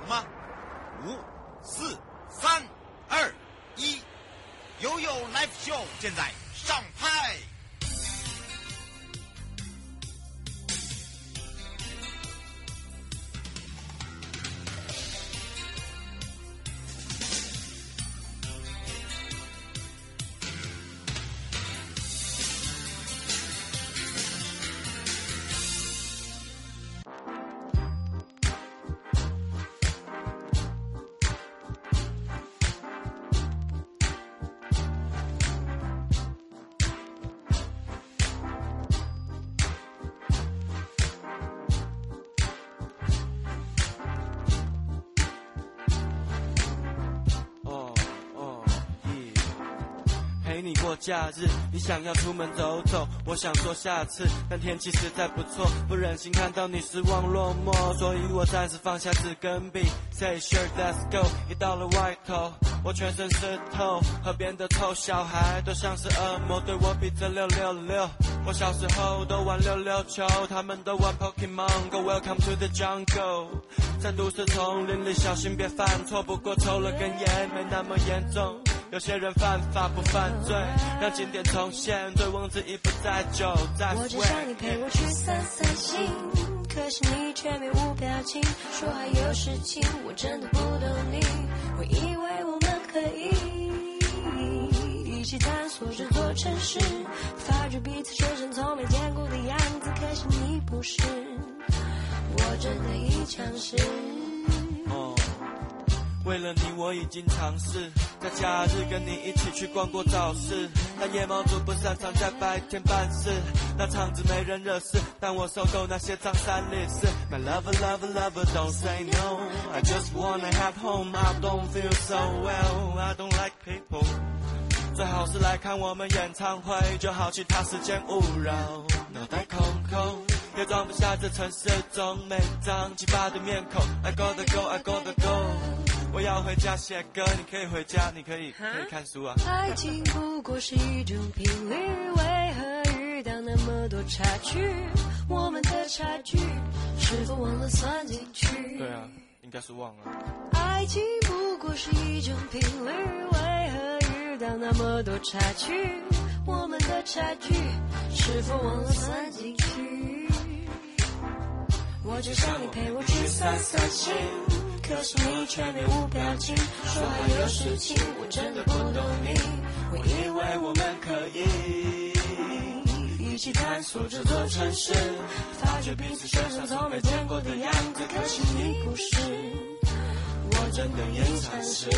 吗？5、4、3、2、1，悠悠 Live Show 现在上拍。 陪你过假日，你想要出门走走，我想说下次，但天气实在不错，不忍心看到你失望落寞，所以我暂时放下纸跟笔 Say sure let's go， 一到了外头我全身湿透，河边的臭小孩都像是恶魔，对我比着666，我小时候都玩溜球，他们都玩 Pokemon Go Welcome to the jungle， 在都市丛林里小心别犯错，不过抽了根烟没那么严重，有些人犯法不犯罪，让经典重现，醉翁之意不在酒，在我只想你陪我去散散心，可是你却面无表情，说还有事情，我真的不懂你，我以为我们可以一起探索这座城市，发觉彼此身上从没见过的样子，可是你不是，我真的已尝试。 为了你我已经尝试在假日跟你一起去逛过早市，但夜猫族不擅长在白天办事，那场子没人惹事，但我受够那些张三李四。 My lover lover lover don't say no, I just wanna have home, I don't feel so well, I don't like people， 最好是来看我们演唱会，就好其他时间勿扰，脑袋空空也装不下这城市中每张奇葩的面孔。 I gotta go, I gotta go， 我要回家写歌，你可以回家，你可以看书啊。 爱情不过是一种频率，为何遇到那么多插曲？我们的差距是否忘了算进去？ 对啊，应该是忘了。 爱情不过是一种频率，为何遇到那么多插曲？我们的差距是否忘了算进去？我只想你陪我去散散心，可是你却面无表情，说还有事情，我真的不懂你，我以为我们可以一起探索这座城市，发觉彼此身上从没见过的样子，可是你不是，我真的也尝试。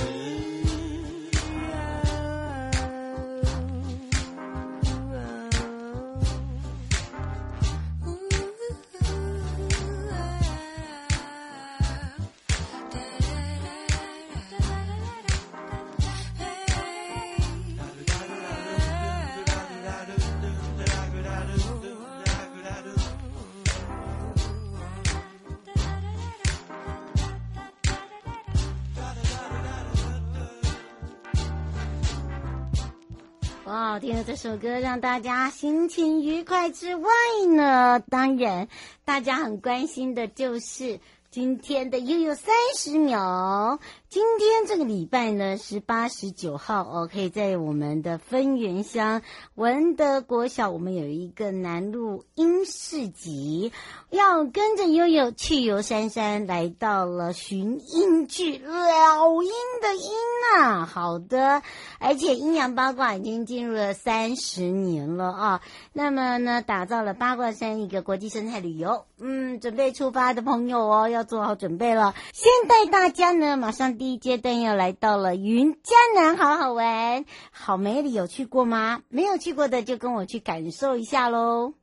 哇，听了这首歌让大家心情愉快之外呢，当然大家很关心的就是今天的悠悠30秒。今天这个礼拜呢18、19号哦，可以在我们的分园乡文德国小，我们有一个南路英市集，要跟着悠悠去游山山，来到了寻音剧，老鹰的鹰啊，好的，而且阴阳八卦已经进入了30年了啊。那么呢，打造了八卦山一个国际生态旅游，准备出发的朋友哦，要做好准备了。先带大家呢，马上第一阶段要来到了云嘉南，好好玩。好美里有去过吗？没有去过的就跟我去感受一下咯。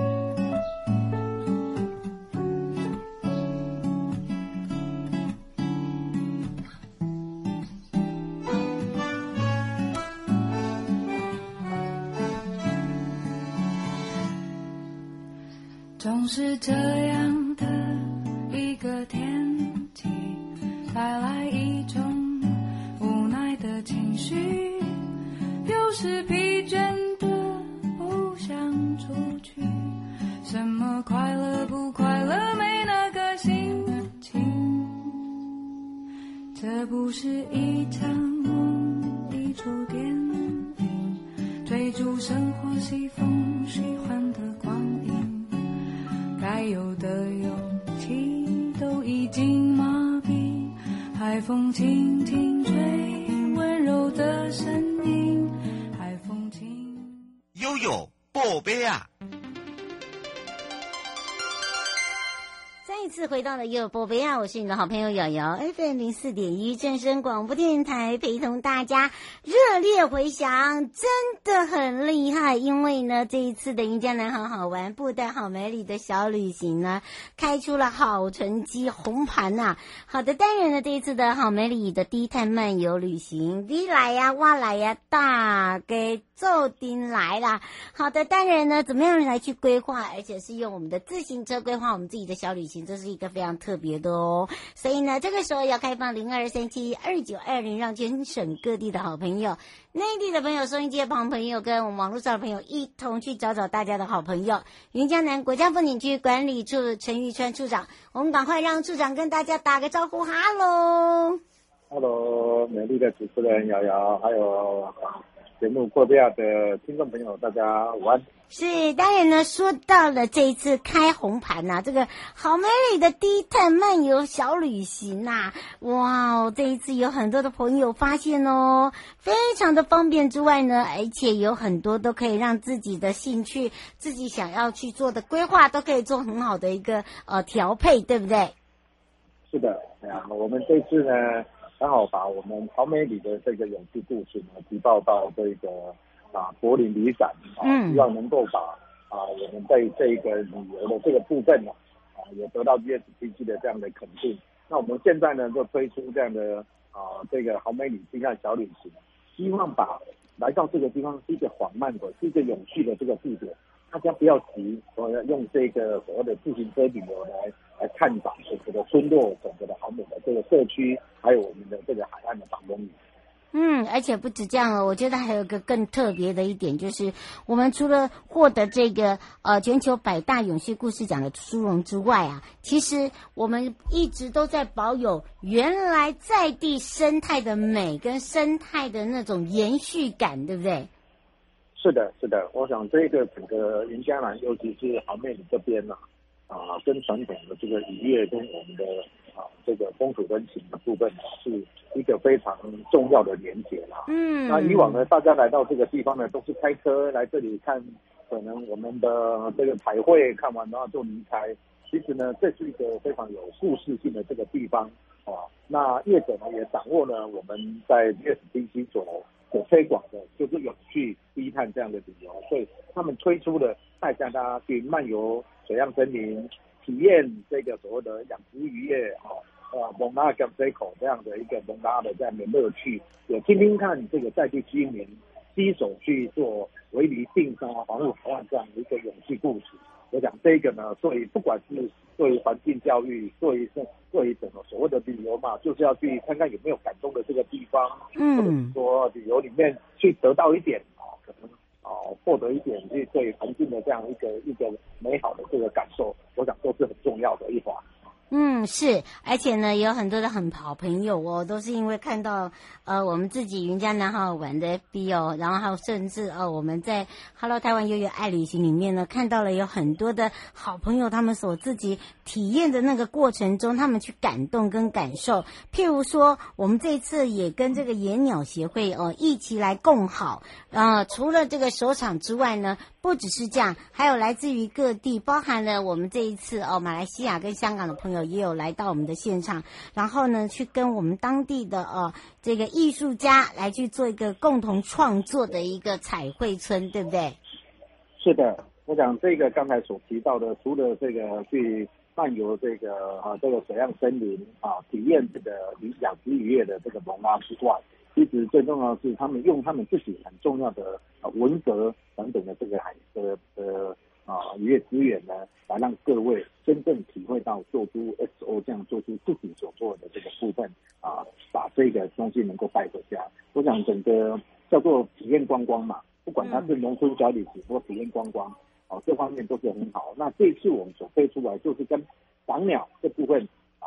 总是这样的一个天气，带来一种无奈的情绪，有时疲倦的不想出去，什么快乐不快乐没那个心情， 这不是一场梦，一出电影，追逐生活西风喜欢的光阴，该有的勇气都已经麻痹，海风轻轻吹，温柔的声音，海风轻。 悠悠宝贝啊！ 再次回到了悠悠宝贝啊，我是你的好朋友瑶瑶 FM 04.1正声广播电台，陪同大家热烈回响，真的很厉害。因为呢，这一次的云嘉南好好玩布袋好美里的小旅行呢，开出了好成绩，红盘啊。好的，当然呢，这一次的好美里的低碳漫游旅行，你来呀，我来呀，大给做丁来啦。好的，当然呢，怎么样来去规划，而且是用我们的自行车规划我们自己的小旅行，这是一个非常特别的哦。所以呢，这个时候要开放02372920，让全省各地的好朋友、内地的朋友、收音机的朋友跟我们网络上的朋友一同去找找大家的好朋友。云嘉南国家风景区管理处陈玉川处长，我们赶快让处长跟大家打个招呼，哈喽。 Hello， 美丽的主持人瑶瑶，还有节目过贝亚的听众朋友，大家午安。 是，当然呢，说到了这一次开红盘这个好美丽的低碳漫游小旅行哇，这一次有很多的朋友发现哦，非常的方便之外呢，而且有很多都可以让自己的兴趣、自己想要去做的规划，都可以做很好的一个调配，对不对？ 是的，我们这次呢，刚好把我们好美里的这个勇气故事呢，提报到这个柏林旅展希望能够把我们在这个旅游的这个部分也得到 USDG 的这样的肯定。那我们现在呢，就推出这样的这个好美里低碳小旅行，希望把来到这个地方是一个缓慢的、是一个有序的这个步调，大家不要急，用这个所谓的自行车旅游来探访整个的村落、整个的好美的这个社区，还有我们的这个海岸的访公里。 而且不止这样哦，我觉得还有一个更特别的一点，就是我们除了获得这个全球100大永续故事奖的殊荣之外其实我们一直都在保有原来在地生态的美跟生态的那种延续感，对不对？ 是的，是的，我想这个整个云嘉南，尤其是好美里这边跟传统的这个渔业跟我们的这个风土人情的部分是一个非常重要的连结啦。那以往呢，大家来到这个地方呢，都是开车来这里看，可能我们的这个彩绘，看完然后就离开。其实呢，这是一个非常有故事性的这个地方那业者呢，也掌握了我们在 USDG 所推广的，就是永续低碳这样的旅游，所以他们推出了带大家去漫游水漾森林，体验这个所谓的养殖渔业蒙拉跟这口这样的一个蒙拉的这样的乐趣，也听听看这个在地居民携手去做围篱定沙、防护海岸这样的一个永续故事。我想这个呢，不管是对于环境教育，对于整个所谓的旅游嘛，就是要去看看有没有感动的这个地方，或者是说旅游里面去得到一点可能获得一点去对环境的这样一个美好的这个感受，我想都是很重要的一环。 是，而且呢，有很多的好朋友都是因为看到我们自己云嘉南好好玩的 FB 然后还有甚至我们在 Hello 台湾悠悠爱旅行里面呢，看到了有很多的好朋友他们所自己体验的那个过程中，他们去感动跟感受。譬如说，我们这一次也跟这个野鸟协会一起来共好除了这个首场之外呢，不只是这样，还有来自于各地，包含了我们这一次马来西亚跟香港的朋友也有来到我们的现场，然后呢去跟我们当地的这个艺术家来去做一个共同创作的一个彩绘村，对不对？ 是的，我想这个刚才所提到的，除了这个去漫游这个水漾森林体验这个养殖渔业的这个蒙拉之外，其实最重要的是他们用他们自己很重要的文革等等的这个渔业资源呢，来让各位真正体会到做出 SO 这样做出自己所做的这个部分把这个东西能够带回家。我想整个叫做体验观光嘛，不管它是农村小旅行或体验观光这方面都是很好。那这一次我们所推出来就是跟赏鸟这部分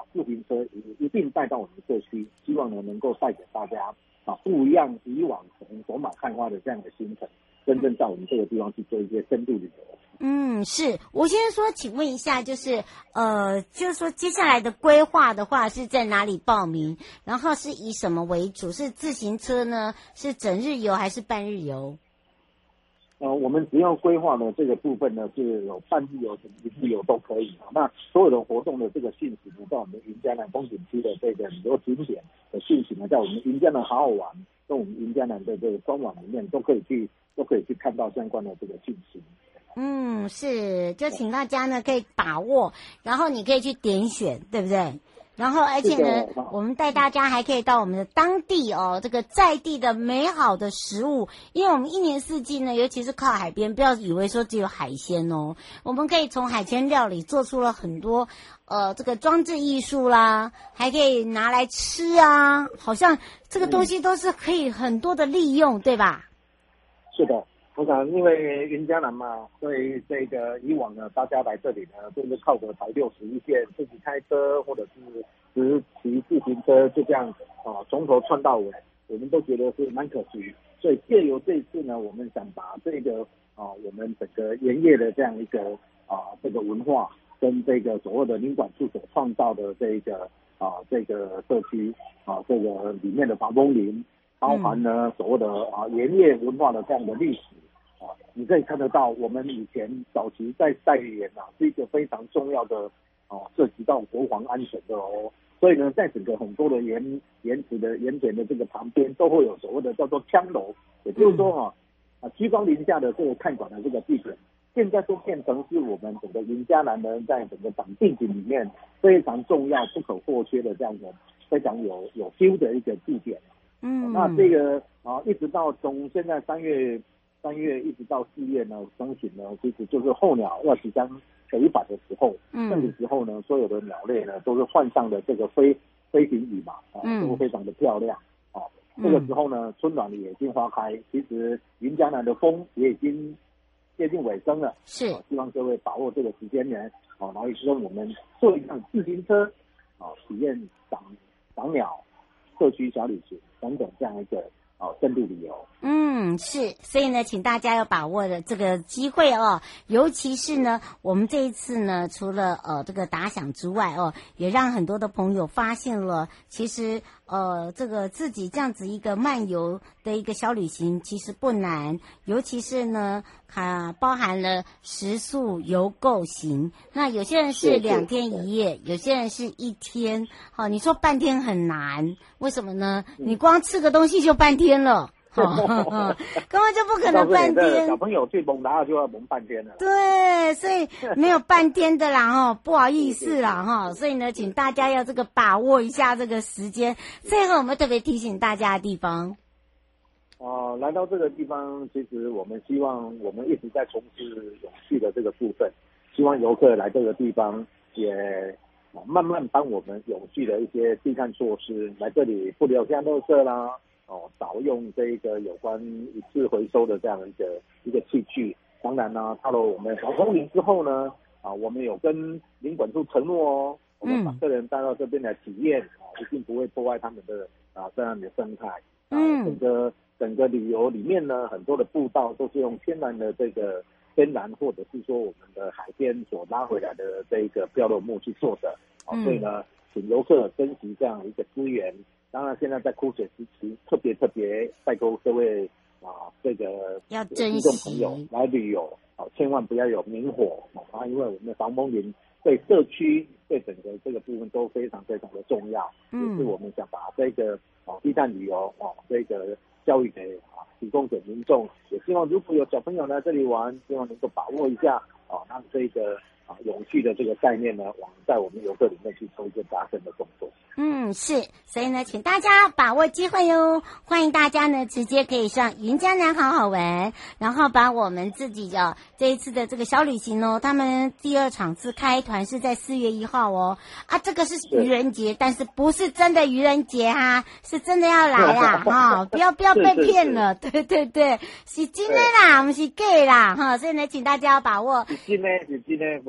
自行车一定带到我们社区，希望呢能够带给大家不一样以往可能走马看花的这样的行程，真正到我们这个地方去做一些深度旅游。 是我先说，请问一下，就是说接下来的规划的话是在哪里报名？然后是以什么为主？是自行车呢？是整日游还是半日游？ 我们只要规划的这个部分呢，是有半日游、整日游都可以。那所有的活动的这个信息呢，在我们云嘉南风景区的这个旅游景点的信息呢，在我们云嘉南好好玩跟我们云嘉南的这个官网里面都可以去看到相关的这个信息。 是，就请大家呢可以把握，然后你可以去点选，对不对？然后而且呢，我们带大家还可以到我们的当地这个在地的美好的食物，因为我们一年四季呢，尤其是靠海边，不要以为说只有海鲜哦，我们可以从海鲜料理做出了很多这个装置艺术啦，还可以拿来吃啊，好像这个东西都是可以很多的利用，对吧？ 是的。我想，因为云嘉南嘛，所以这个以往呢，大家来这里呢，都是靠着台61线自己开车，或者是只骑自行车，就这样从头串到尾，我们都觉得是蛮可惜。所以借由这一次呢，我们想把这个我们整个盐业的这样一个这个文化，跟这个所谓的林管处所创造的这个这个社区这个里面的防风林，包含呢所谓的盐业文化的这样的历史。你可以看得到，我们以前早期在代理盐是一个非常重要的涉及到国防安全的所以呢，在整个很多的盐池的盐田的这个旁边，都会有所谓的叫做枪楼，也就是说居高临下的这个看管的这个地点，现在都变成是我们整个云嘉南呢，在整个党地景里面非常重要、不可或缺的这样的非常有 feel 的一个地点。那这个一直到从现在3月一直到4月呢，中旬呢，其实就是候鸟要即将北返的时候。这个时候呢，所有的鸟类呢都是换上了这个飞行羽嘛，都非常的漂亮。这个时候呢，春暖也已经花开，其实云嘉南的风也已经接近尾声了。是，希望各位把握这个时间呢，然后希望我们做一趟自行车，体验赏鸟、社区小旅行等等这样一个深度旅游。 是，所以呢，请大家要把握的这个机会尤其是呢，我们这一次呢，除了这个打响之外也让很多的朋友发现了，其实这个自己这样子一个漫游的一个小旅行其实不难，尤其是呢，包含了食宿游购行。那有些人是2天1夜，有些人是1天。你说半天很难，为什么呢？你光吃个东西就半天了。根本就不可能半天。 小朋友去蒙达就要蒙半天了。 对，所以没有半天的啦不好意思啦所以呢，请大家要这个把握一下这个时间。最后我们特别提醒大家的地方。 来到这个地方，其实我们希望我们一直在从事永续的这个部分，希望游客来这个地方也慢慢帮我们永续的一些低碳措施，来这里不留下垃圾啦。少用这个有关一次回收的这样一个器具。当然呢，到了我们防风林之后呢，我们有跟林管处承诺我们把客人带到这边来体验一定不会破坏他们的这样的生态。整个旅游里面呢，很多的步道都是用天然的这个天然或者是说我们的海边所拉回来的这个漂流木去做的。所以呢，请游客珍惜这样一个资源。当然，现在在枯水时期，特别拜托各位这个要珍惜听众朋友来旅游千万不要有明火因为我们的防风林对社区、对整个这个部分都非常非常的重要。也是我们想把这个低碳旅游这个教育给提供给民众。也希望如果有小朋友来这里玩，希望能够把握一下让这个永续的这个概念呢，在我们游客里面去做一个加深的动作。 是，所以呢，请大家把握机会哟！欢迎大家呢，直接可以上云嘉南好好玩，然后把我们自己这一次的这个小旅行他们第2场次开团是在4月1号这个是愚人节，但是不是真的愚人节是真的要来啦不要被骗了。对，是真的啦，不是假啦所以呢，请大家要把握。 是真的，不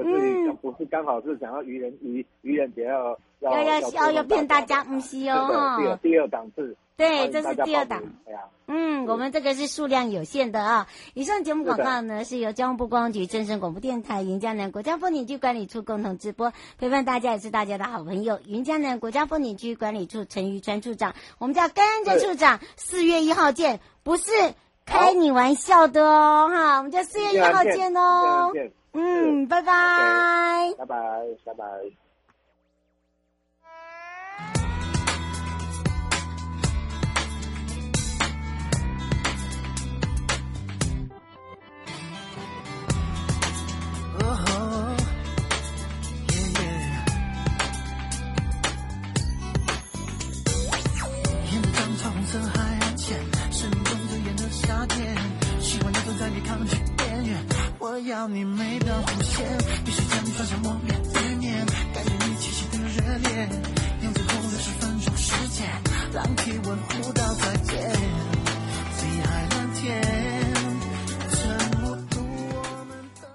是不是刚好是想要愚人节要骗大家，不是哦， 第二档次。 对，这是第二档。我们这个是数量有限的啊。以上节目广告呢是由交通部观光局、正声广播电台、云嘉南国家风景区管理处共同直播，陪伴大家也是大家的好朋友，云嘉南国家风景区管理处陈于川处长，我们叫跟着处长，4月1号见，不是开你玩笑的哦，哈，我们就4月1号见哦。拜拜， 拜拜，拜拜。 我要你每秒弧线，必须将你放向梦边思念，感觉你气息的热烈，用最后60分钟时间，让体温互道再见。最爱蓝天，沉默读我们的。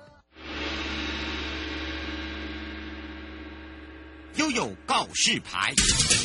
悠悠告示牌。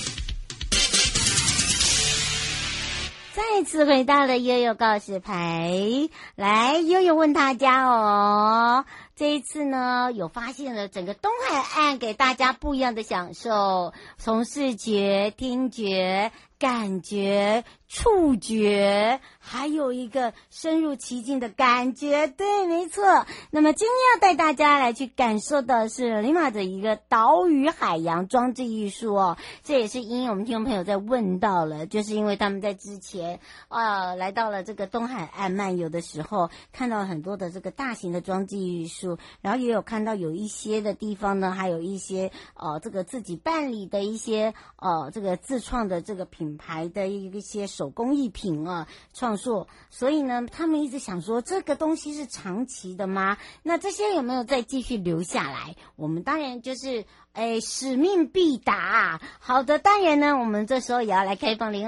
再次回到了悠悠告示牌，来悠悠问大家哦，这一次呢有发现了整个东海岸给大家不一样的享受，从视觉、听觉、感觉、触觉，还有一个深入其境的感觉。对，没错。那么今天要带大家来去感受的是利马的一个岛屿海洋装置艺术哦。这也是因我们听众朋友在问到了，就是因为他们在之前来到了这个东海岸漫游的时候，看到了很多的这个大型的装置艺术，然后也有看到有一些的地方呢，还有一些这个自己办理的一些这个自创的这个品牌的一些手工艺品创作，所以呢他们一直想说这个东西是长期的吗？那这些有没有再继续留下来？我们当然就是使命必达。好的，当然呢我们这时候也要来开放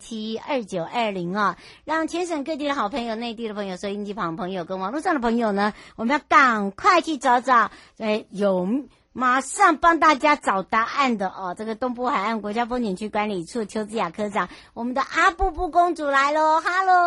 02372920让全省各地的好朋友、内地的朋友、收音机旁朋友跟网络上的朋友呢，我们要赶快去找找马上帮大家找答案的这个东部海岸国家风景区管理处邱姿雅科长，我们的阿布布公主来咯。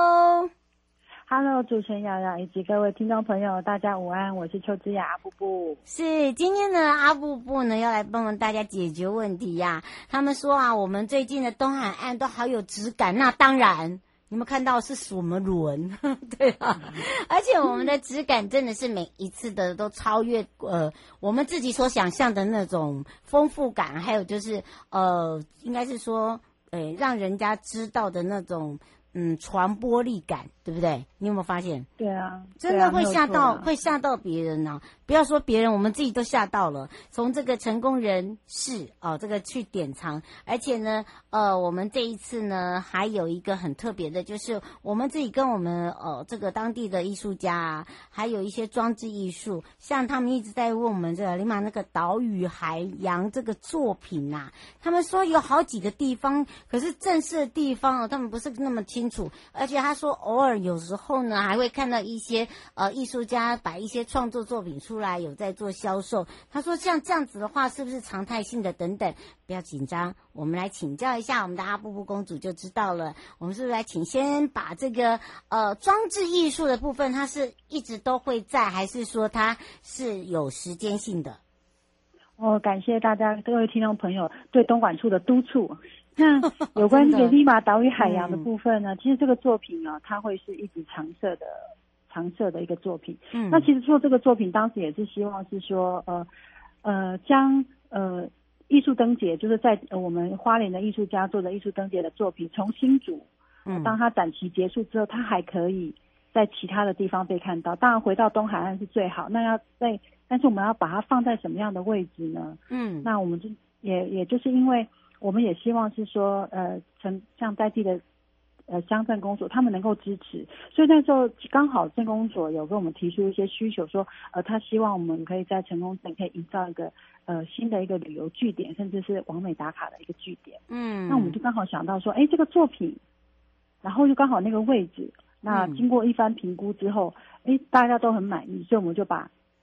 Hello， 主持人瑶瑶以及各位听众朋友，大家午安，我是邱姿雅阿布布。 是，今天呢阿布布呢要来帮忙大家解决问题呀。他们说我们最近的东海岸都好有质感，那当然你们看到是什么轮对啊，而且我们的质感真的是每一次的都超越我们自己所想象的那种丰富感，还有就是应该是说让人家知道的那种传播力感，对不对？你有没有发现？ 对啊， 真的会吓到别人啊！不要说别人，我们自己都吓到了。从这个成功人士这个去典藏，而且呢我们这一次呢还有一个很特别的，就是我们自己跟我们这个当地的艺术家还有一些装置艺术，像他们一直在问我们这个利马那个岛屿海洋这个作品他们说有好几个地方，可是正式的地方他们不是那么清楚，而且他说偶尔有时候呢还会看到一些艺术家把一些创作作品出来有在做销售，他说像这样子的话是不是常态性的等等。不要紧张，我们来请教一下我们的阿布布公主就知道了。我们是不是来先把这个装置艺术的部分，它是一直都会在，还是说它是有时间性的？ 感谢大家各位听众朋友对东莞处的督促。那有关这个利马岛屿海洋的部分呢，其实这个作品它会是一直常设的一个作品。那其实做这个作品当时也是希望是说将艺术灯节，就是在我们花莲的艺术家做的艺术灯节的作品，从新竹当它展期结束之后，它还可以在其他的地方被看到。当然回到东海岸是最好，那但是我们要把它放在什么样的位置呢？那我们就也就是因为我们也希望是说像在地的乡镇公所他们能够支持，所以那时候刚好镇公所有跟我们提出一些需求，说他希望我们可以在成功镇可以营造一个新的一个旅游据点，甚至是网美打卡的一个据点。那我们就刚好想到说这个作品，然后又刚好那个位置，那经过一番评估之后大家都很满意，所以我们就把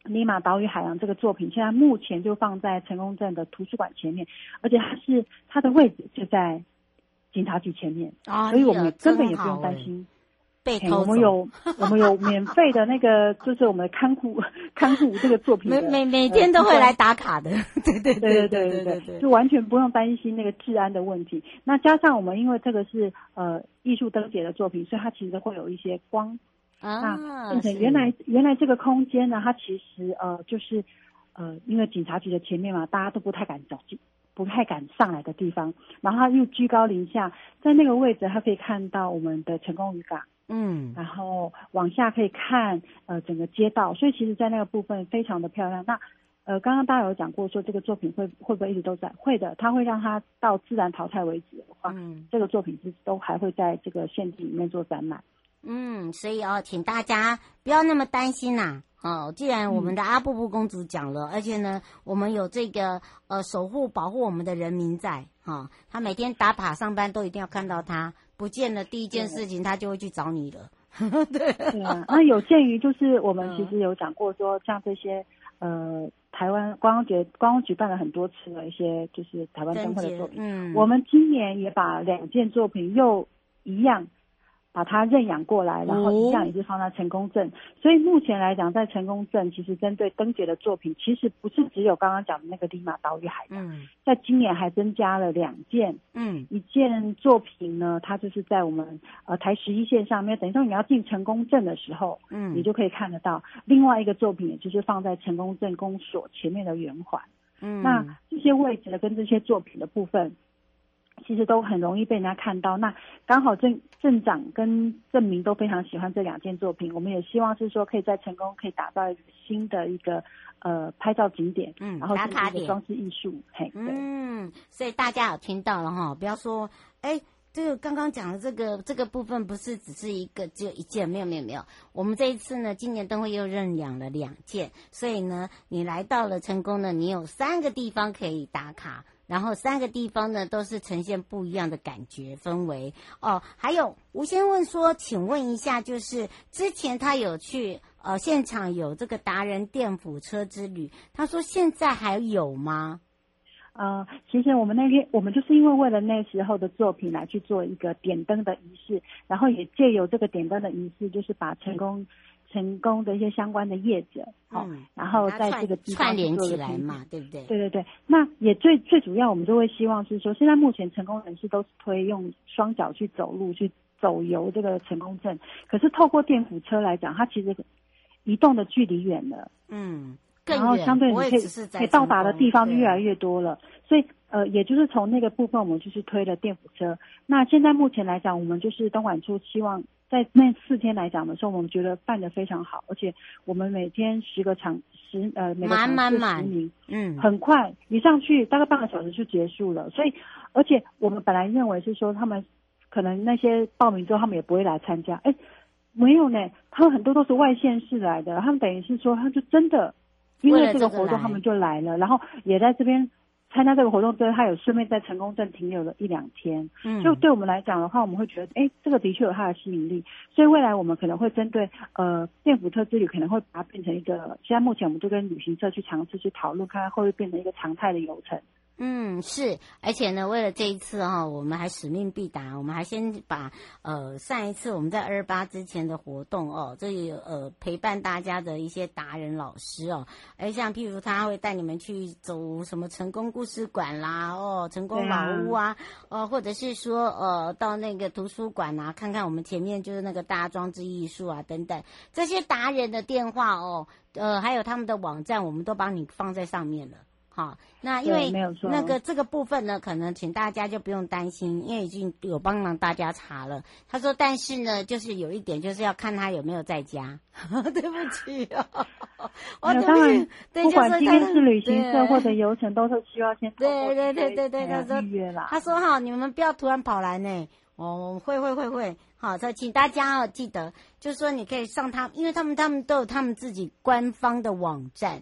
尼玛岛屿海洋这个作品，现在目前就放在成功镇的图书馆前面，而且它的位置就在警察局前面，所以我们根本也不用担心被偷走。 我们有免费的那个，就是我们的看护这个作品的每天都会来打卡的， 对，就完全不用担心那个治安的问题。那加上我们因为这个是艺术灯节的作品，所以它其实会有一些光。那变成原来这个空间呢，它其实就是因为警察局的前面嘛，大家都不太敢上来的地方，然后它又居高临下，在那个位置它可以看到我们的成功渔港，然后往下可以看整个街道，所以其实在那个部分非常的漂亮。那刚刚大家有讲过说这个作品会不会一直都在？会的，它会让它到自然淘汰为止的话，这个作品都还会在这个限定里面做展览。 所以请大家不要那么担心呐。既然我们的阿布布公主讲了，而且呢，我们有这个守护保护我们的人民在他每天打卡上班都一定要看到他，不见了第一件事情他就会去找你了。对啊，那有鉴于就是我们其实有讲过说，像这些台湾观光举办了很多次的一些就是台湾灯会的作品，我们今年也把2件作品又一样把它认养过来，然后一样也是放在成功镇。所以目前来讲，在成功镇其实针对灯节的作品，其实不是只有刚刚讲的那个利马岛屿海洋，在今年还增加了2件。一件作品呢，它就是在我们台11线上面，等于说你要进成功镇的时候，你就可以看得到。另外一个作品也就是放在成功镇公所前面的圆环。那这些位置的跟这些作品的部分，其实都很容易被人家看到。那刚好镇长跟镇民都非常喜欢这2件作品，我们也希望是说可以在成功可以打造一个新的一个拍照景点，然后是一个装饰艺术。 所以大家有听到了哈，不要说这个刚刚讲的这个部分不是只是只有一件，没有。我们这一次呢，今年灯会又认养了2件，所以呢，你来到了成功呢，你有3个地方可以打卡。然后3个地方呢，都是呈现不一样的感觉氛围还有吴先问说，请问一下，就是之前他有去现场有这个达人电辅车之旅，他说现在还有吗？ 其实我们那天我们就是因为了那时候的作品来去做一个点灯的仪式，然后也借由这个点灯的仪式，就是把成功的一些相关的业者，然后在这个地方串联起来嘛，对不对？ 对。那也最主要，我们就会希望是说，现在目前成功人士都是推用双脚去走路去走游这个成功镇，可是透过电辅车来讲，它其实移动的距离远了， 更远， 然后相对你可以到达的地方就越来越多了，所以也就是从那个部分，我们就是推了电辅车。那现在目前来讲，我们就是东莞处希望在那4天来讲的时候，我们觉得办得非常好，而且我们每天每个场次10名，很快一上去大概半个小时就结束了。所以，而且我们本来认为是说他们可能那些报名之后他们也不会来参加，没有呢，他们很多都是外县市来的，他们等于是说他就真的因为这个活动他们就来了，然后也在这边参加这个活动之后，他有顺便在成功镇停留了1-2天，就对我们来讲的话，我们会觉得这个的确有它的吸引力，所以未来我们可能会针对电辅车之旅，可能会把它变成一个，现在目前我们就跟旅行社去尝试去讨论，看看会不会变成一个常态的游程。 是，而且呢，为了这一次我们还使命必达，我们还先把上一次我们在228之前的活动这里陪伴大家的一些达人老师像譬如他会带你们去走什么成功故事馆啦成功老屋啊或者是说到那个图书馆啊，看看我们前面就是那个大装置艺术啊等等，这些达人的电话还有他们的网站，我们都帮你放在上面了。好，那因为那个这个部分呢，可能请大家就不用担心，因为已经有帮忙大家查了。他说，但是呢，就是有一点，就是要看他有没有在家。对不起当然，不管今天是旅行社或者游程，都是需要先对，他说预约啦。 他说你们不要突然跑来呢。会。好，所以请大家记得，就是说你可以上因为他们都有他们自己官方的网站。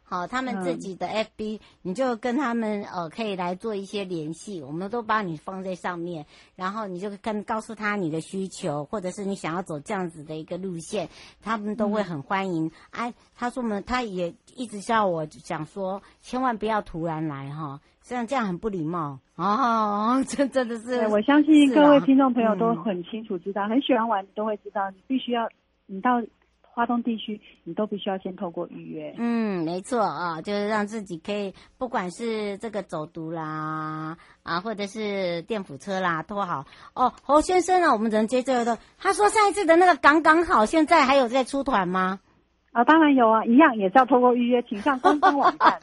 好，他们自己的 FB，你就跟他们可以来做一些联系，我们都把你放在上面，然后你就告诉他你的需求，或者是你想要走这样子的一个路线，他们都会很欢迎。他说他也一直叫我讲说，千万不要突然来哈，这样很不礼貌哦，真的是。 对，我相信各位听众朋友都很清楚知道，很喜欢玩都会知道，你到花东地区，你都必须要先透过预约。没错啊，就是让自己可以，不管是这个走读啦，或者是电辅车啦，都好。侯先生啊，我们人接这个的，他说上一次的那个刚好，现在还有在出团吗？当然有啊，一样也是要透过预约，请上官方网站。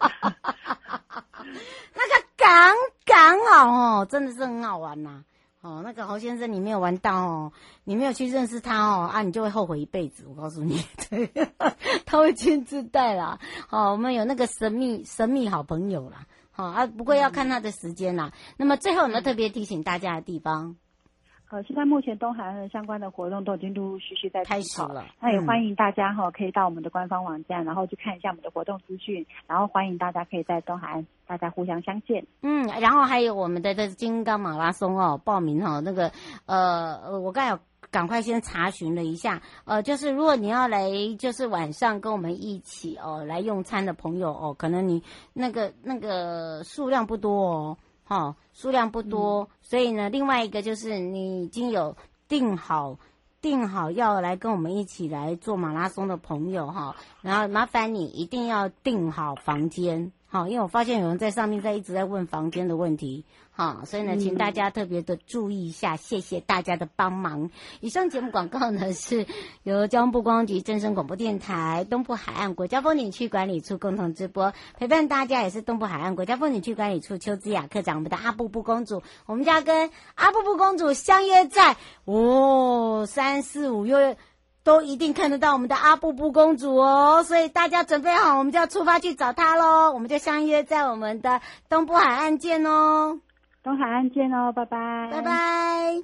那个刚好真的是很好玩呐。那个侯先生你没有玩到你没有去认识他你就会后悔一辈子，我告诉你。对，他会亲自带啦。我们有那个神秘好朋友啦。不过要看他的时间啦。那么最后我们要特别提醒大家的地方。现在目前东海岸相关的活动都已经陆陆续续在开始了，那也欢迎大家可以到我们的官方网站，然后去看一下我们的活动资讯，然后欢迎大家可以在东海岸大家互相相见。然后还有我们的金刚马拉松报名那个我刚才有赶快先查询了一下，就是如果你要来就是晚上跟我们一起来用餐的朋友可能你那个数量不多数量不多，所以呢，另外一个就是你已经有定好要来跟我们一起来做马拉松的朋友然后麻烦你一定要订好房间因为我发现有人在上面一直在问房间的问题所以呢，请大家特别的注意一下，谢谢大家的帮忙。以上节目广告呢是由交通部观光局、正声广播电台、东部海岸国家风景区管理处共同直播，陪伴大家也是东部海岸国家风景区管理处邱姿雅科长，我们的阿布布公主，我们家跟阿布布公主相约在3、4、5月。都一定看得到我们的阿布布公主所以大家准备好，我们就要出发去找她咯，我们就相约在我们的东部海岸见东海岸见拜拜，拜拜。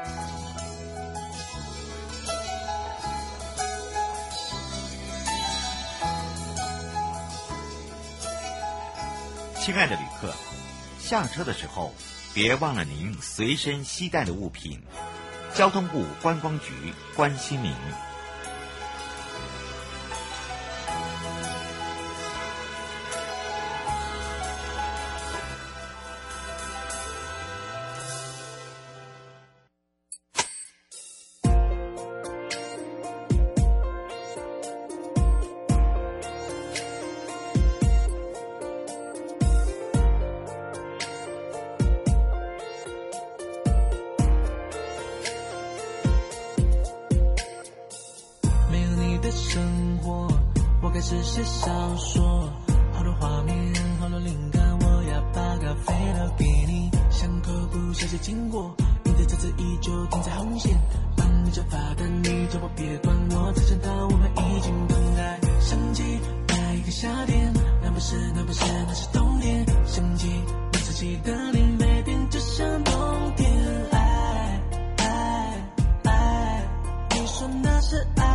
亲爱的旅客，下车的时候别忘了您随身携带的物品。交通部观光局关心您。 是写小说，好多画面，好多灵感，我要把咖啡留给你。巷口不小心经过，你的车子依旧停在红线，帮你叫罚单，你叫我别管，我才想到我们已经分开。想起那一个夏天，那不是，那是冬天。想起你自己的脸，每天就像冬天。爱，你说那是爱。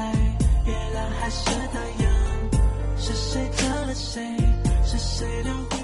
月亮还是太阳，是谁救了谁？是谁留？